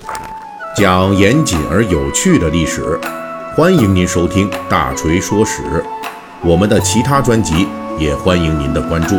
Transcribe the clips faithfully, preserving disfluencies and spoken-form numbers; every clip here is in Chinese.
讲严谨而有趣的历史，欢迎您收听大锤说史。我们的其他专辑也欢迎您的关注。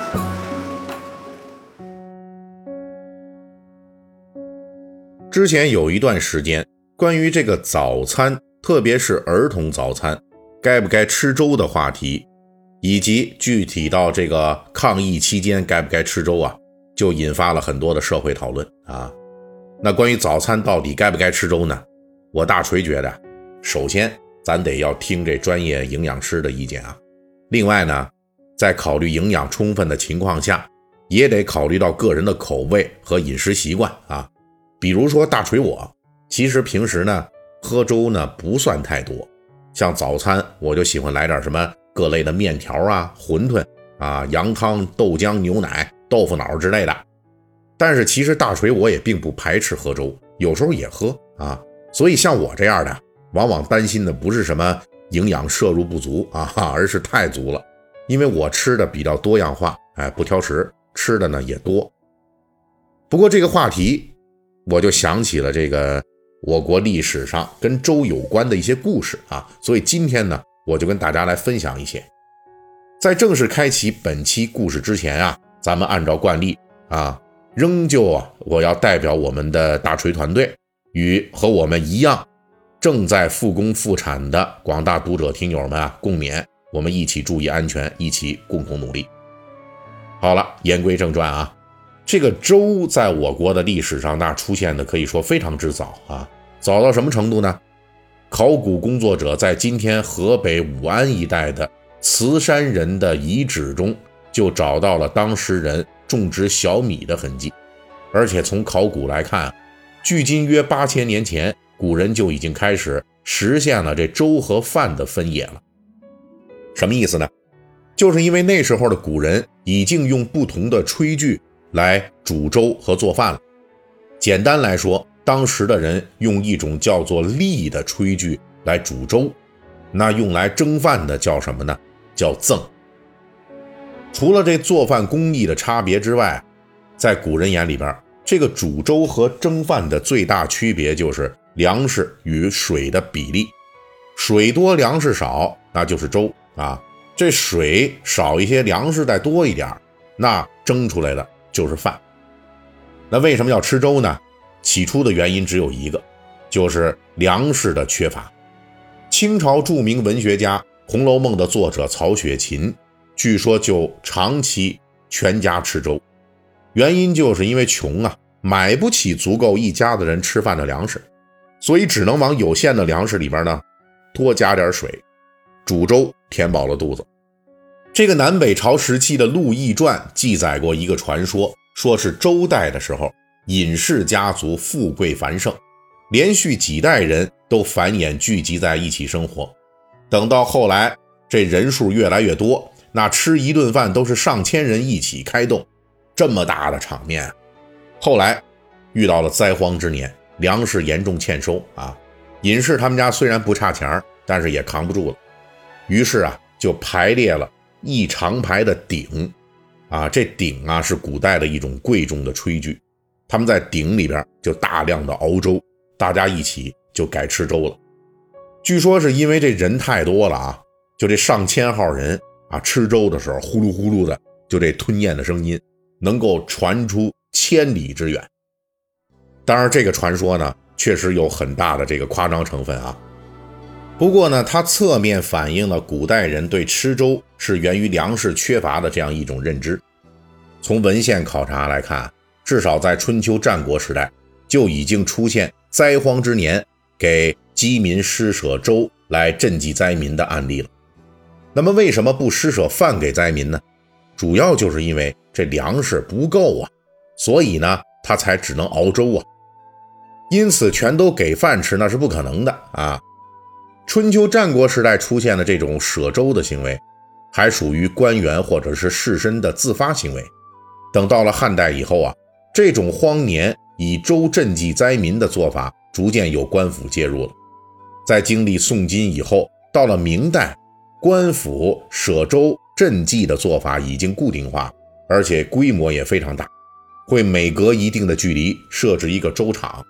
之前有一段时间，关于这个早餐，特别是儿童早餐该不该吃粥的话题，以及具体到这个抗疫期间该不该吃粥啊，就引发了很多的社会讨论啊。那关于早餐到底该不该吃粥呢？我大锤觉得，首先咱得要听这专业营养师的意见啊。另外呢，在考虑营养充分的情况下，也得考虑到个人的口味和饮食习惯啊。比如说大锤我，其实平时呢喝粥呢不算太多，像早餐我就喜欢来点什么各类的面条啊、馄饨啊、羊汤、豆浆、牛奶、豆腐脑之类的。但是其实大锤我也并不排斥喝粥，有时候也喝啊。所以像我这样的，往往担心的不是什么营养摄入不足啊，而是太足了。因为我吃的比较多样化，哎，不挑食，吃的呢也多。不过这个话题，我就想起了这个我国历史上跟粥有关的一些故事啊，所以今天呢，我就跟大家来分享一些。在正式开启本期故事之前啊，咱们按照惯例啊，仍旧啊，我要代表我们的大锤团队，与和我们一样正在复工复产的广大读者听友们啊共勉，我们一起注意安全，一起共同努力。好了，言归正传啊，这个粥在我国的历史上那出现的可以说非常之早啊，早到什么程度呢？考古工作者在今天河北武安一带的慈山人的遗址中就找到了当时人种植小米的痕迹，而且从考古来看，距今约八千年前，古人就已经开始实现了这粥和饭的分野了。什么意思呢？就是因为那时候的古人已经用不同的炊具来煮粥和做饭了。简单来说，当时的人用一种叫做第的炊具来煮粥，那用来蒸饭的叫什么呢？叫甑。除了这做饭工艺的差别之外，在古人眼里边，这个煮粥和蒸饭的最大区别就是粮食与水的比例。水多粮食少，那就是粥啊；这水少一些，粮食再多一点，那蒸出来的就是饭。那为什么要吃粥呢？起初的原因只有一个，就是粮食的缺乏。清朝著名文学家《红楼梦》的作者曹雪芹，据说就长期全家吃粥，原因就是因为穷啊，买不起足够一家的人吃饭的粮食，所以只能往有限的粮食里边呢多加点水，煮粥填饱了肚子。这个南北朝时期的《陆毅传》记载过一个传说，说是周代的时候，尹氏家族富贵繁盛，连续几代人都繁衍聚集在一起生活。等到后来这人数越来越多，那吃一顿饭都是上千人一起开动，这么大的场面。后来遇到了灾荒之年，粮食严重欠收啊，尹氏他们家虽然不差钱，但是也扛不住了，于是啊就排列了一长排的鼎啊，这鼎啊是古代的一种贵重的炊具，他们在鼎里边就大量的熬粥，大家一起就改吃粥了。据说是因为这人太多了啊，就这上千号人啊，吃粥的时候呼噜呼噜的，就这吞咽的声音能够传出千里之远。当然这个传说呢确实有很大的这个夸张成分啊，不过呢它侧面反映了古代人对吃粥是源于粮食缺乏的这样一种认知。从文献考察来看，至少在春秋战国时代就已经出现灾荒之年给饥民施舍粥来赈济灾民的案例了。那么为什么不施舍饭给灾民呢？主要就是因为这粮食不够啊，所以呢他才只能熬粥啊，因此全都给饭吃那是不可能的啊。春秋战国时代出现的这种舍粥的行为，还属于官员或者是士绅的自发行为。等到了汉代以后啊，这种荒年以粥赈济灾民的做法逐渐有官府介入了。在经历宋金以后，到了明代，官府舍粥赈济的做法已经固定化，而且规模也非常大，会每隔一定的距离设置一个粥厂，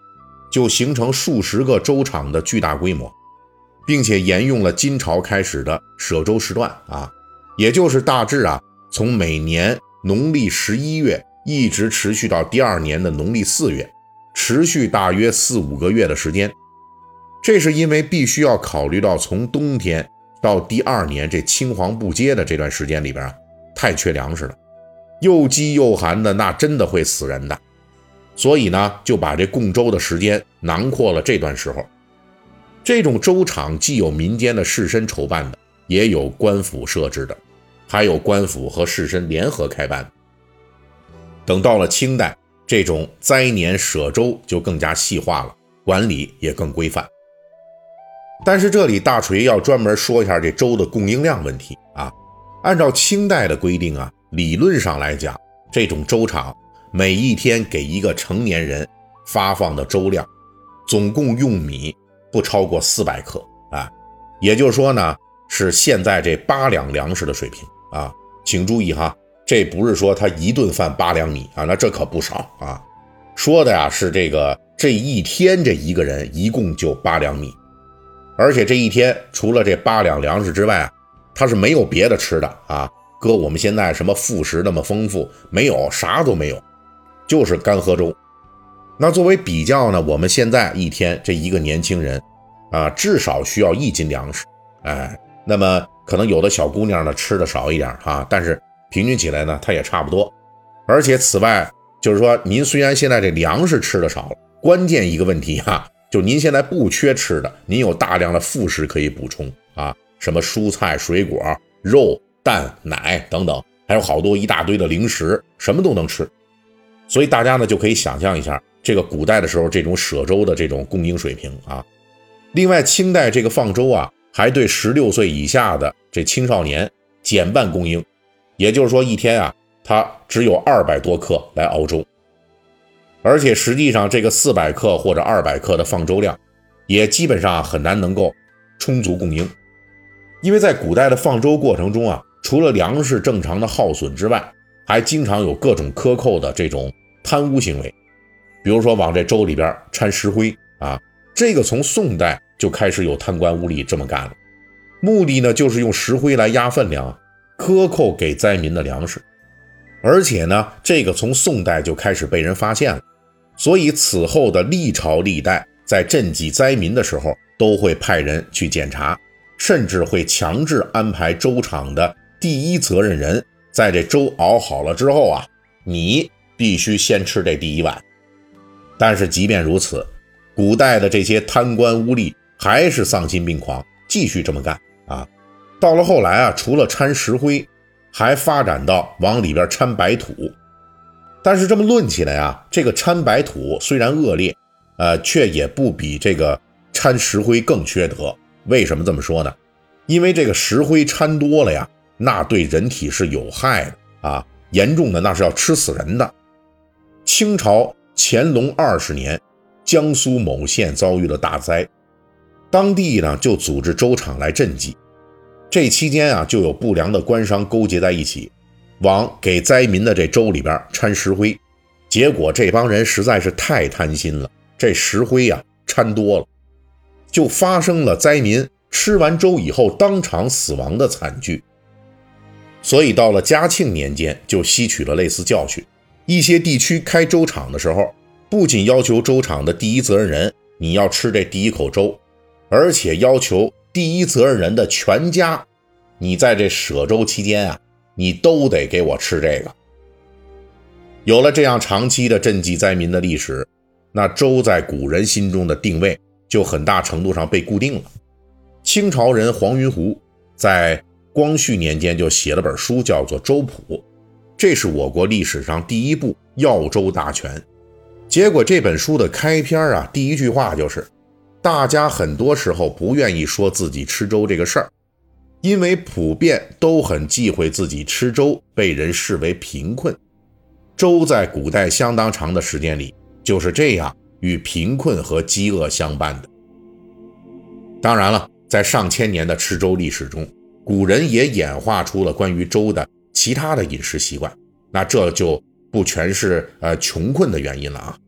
就形成数十个粥厂的巨大规模，并且沿用了金朝开始的舍粥时段啊，也就是大致啊从每年农历十一月一直持续到第二年的农历四月，持续大约四五个月的时间。这是因为必须要考虑到从冬天到第二年这青黄不接的这段时间里边啊，太缺粮食了，又饥又寒的，那真的会死人的。所以呢，就把这供粥的时间囊括了这段时候。这种粥厂既有民间的士绅筹办的，也有官府设置的，还有官府和士绅联合开办的。等到了清代，这种灾年舍粥就更加细化了，管理也更规范。但是这里大锤要专门说一下这粥的供应量问题啊。按照清代的规定啊，理论上来讲，这种粥厂每一天给一个成年人发放的粥量，总共用米不超过四百克啊，也就是说呢，是现在这八两粮食的水平啊。请注意哈，这不是说他一顿饭八两米啊，那这可不少啊。说的呀是这个这一天这一个人一共就八两米。而且这一天除了这八两粮食之外啊，它是没有别的吃的啊，搁我们现在什么副食那么丰富，没有，啥都没有，就是干喝粥。那作为比较呢，我们现在一天这一个年轻人啊，至少需要一斤粮食，哎，那么可能有的小姑娘呢吃的少一点啊，但是平均起来呢，它也差不多。而且此外，就是说您虽然现在这粮食吃的少了，关键一个问题啊，就您现在不缺吃的，您有大量的副食可以补充啊，什么蔬菜、水果、肉、蛋、奶等等，还有好多一大堆的零食，什么都能吃。所以大家呢就可以想象一下，这个古代的时候这种舍粥的这种供应水平啊。另外，清代这个放粥啊，还对十六岁以下的这青少年减半供应，也就是说一天啊，他只有二百多克来熬粥。而且实际上这个四百克或者二百克的放粥量也基本上很难能够充足供应。因为在古代的放粥过程中啊，除了粮食正常的耗损之外，还经常有各种克扣的这种贪污行为，比如说往这粥里边掺石灰啊，这个从宋代就开始有贪官污吏这么干了，目的呢就是用石灰来压分量，克扣给灾民的粮食。而且呢，这个从宋代就开始被人发现了，所以此后的历朝历代在赈济灾民的时候，都会派人去检查，甚至会强制安排粥厂的第一责任人，在这粥熬好了之后啊，你必须先吃这第一碗。但是即便如此，古代的这些贪官污吏还是丧心病狂，继续这么干啊。到了后来啊，除了掺石灰，还发展到往里边掺白土。但是这么论起来啊，这个掺白土虽然恶劣，呃，却也不比这个掺石灰更缺德。为什么这么说呢？因为这个石灰掺多了呀，那对人体是有害的啊，严重的那是要吃死人的。清朝乾隆二十年，江苏某县遭遇了大灾，当地呢就组织粥厂来赈济。这期间啊，就有不良的官商勾结在一起，往给灾民的这粥里边掺石灰。结果这帮人实在是太贪心了，这石灰啊掺多了，就发生了灾民吃完粥以后当场死亡的惨剧。所以到了嘉庆年间就吸取了类似教训，一些地区开粥厂的时候，不仅要求粥厂的第一责任人你要吃这第一口粥，而且要求第一责任人的全家，你在这舍粥期间啊，你都得给我吃这个。有了这样长期的赈济灾民的历史，那粥在古人心中的定位就很大程度上被固定了。清朝人黄云湖在光绪年间就写了本书，叫做《粥谱》，这是我国历史上第一部药粥大全。结果这本书的开篇啊，第一句话就是大家很多时候不愿意说自己吃粥这个事儿，因为普遍都很忌讳自己吃粥被人视为贫困。粥在古代相当长的时间里就是这样与贫困和饥饿相伴的。当然了，在上千年的吃粥历史中，古人也演化出了关于粥的其他的饮食习惯，那这就不全是呃穷困的原因了啊。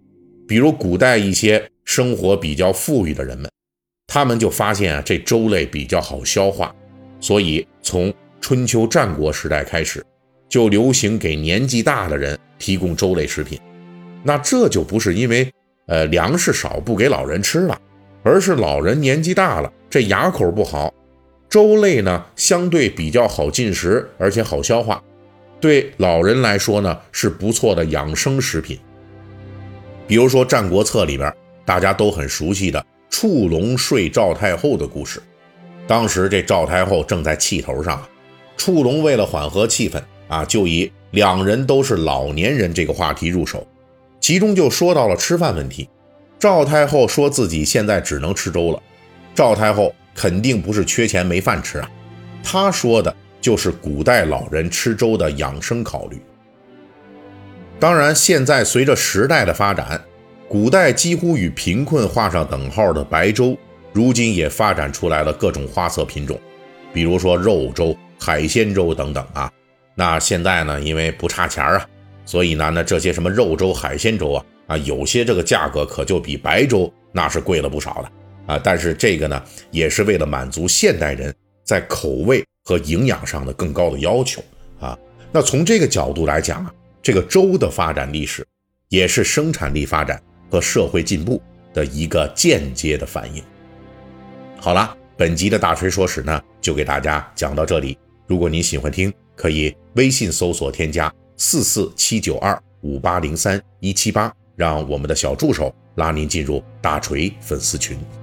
比如古代一些生活比较富裕的人们，他们就发现啊，这粥类比较好消化，所以从春秋战国时代开始，就流行给年纪大的人提供粥类食品。那这就不是因为呃粮食少不给老人吃了，而是老人年纪大了，这牙口不好，粥类呢相对比较好进食，而且好消化，对老人来说呢是不错的养生食品。比如说《战国策》里边大家都很熟悉的触龙说赵太后的故事。当时这赵太后正在气头上，触龙为了缓和气氛啊，就以两人都是老年人这个话题入手，其中就说到了吃饭问题。赵太后说自己现在只能吃粥了，赵太后肯定不是缺钱没饭吃啊，她说的就是古代老人吃粥的养生考虑。当然现在随着时代的发展，古代几乎与贫困画上等号的白粥，如今也发展出来了各种花色品种，比如说肉粥、海鲜粥等等啊。那现在呢，因为不差钱啊，所以呢，那这些什么肉粥、海鲜粥啊，啊，有些这个价格可就比白粥那是贵了不少的啊。但是这个呢，也是为了满足现代人在口味和营养上的更高的要求啊。那从这个角度来讲啊，这个粥的发展历史，也是生产力发展和社会进步的一个间接的反应。好了，本集的大锤说史呢，就给大家讲到这里。如果您喜欢听，可以微信搜索添加四四七九二五八零三一七八，让我们的小助手拉您进入大锤粉丝群。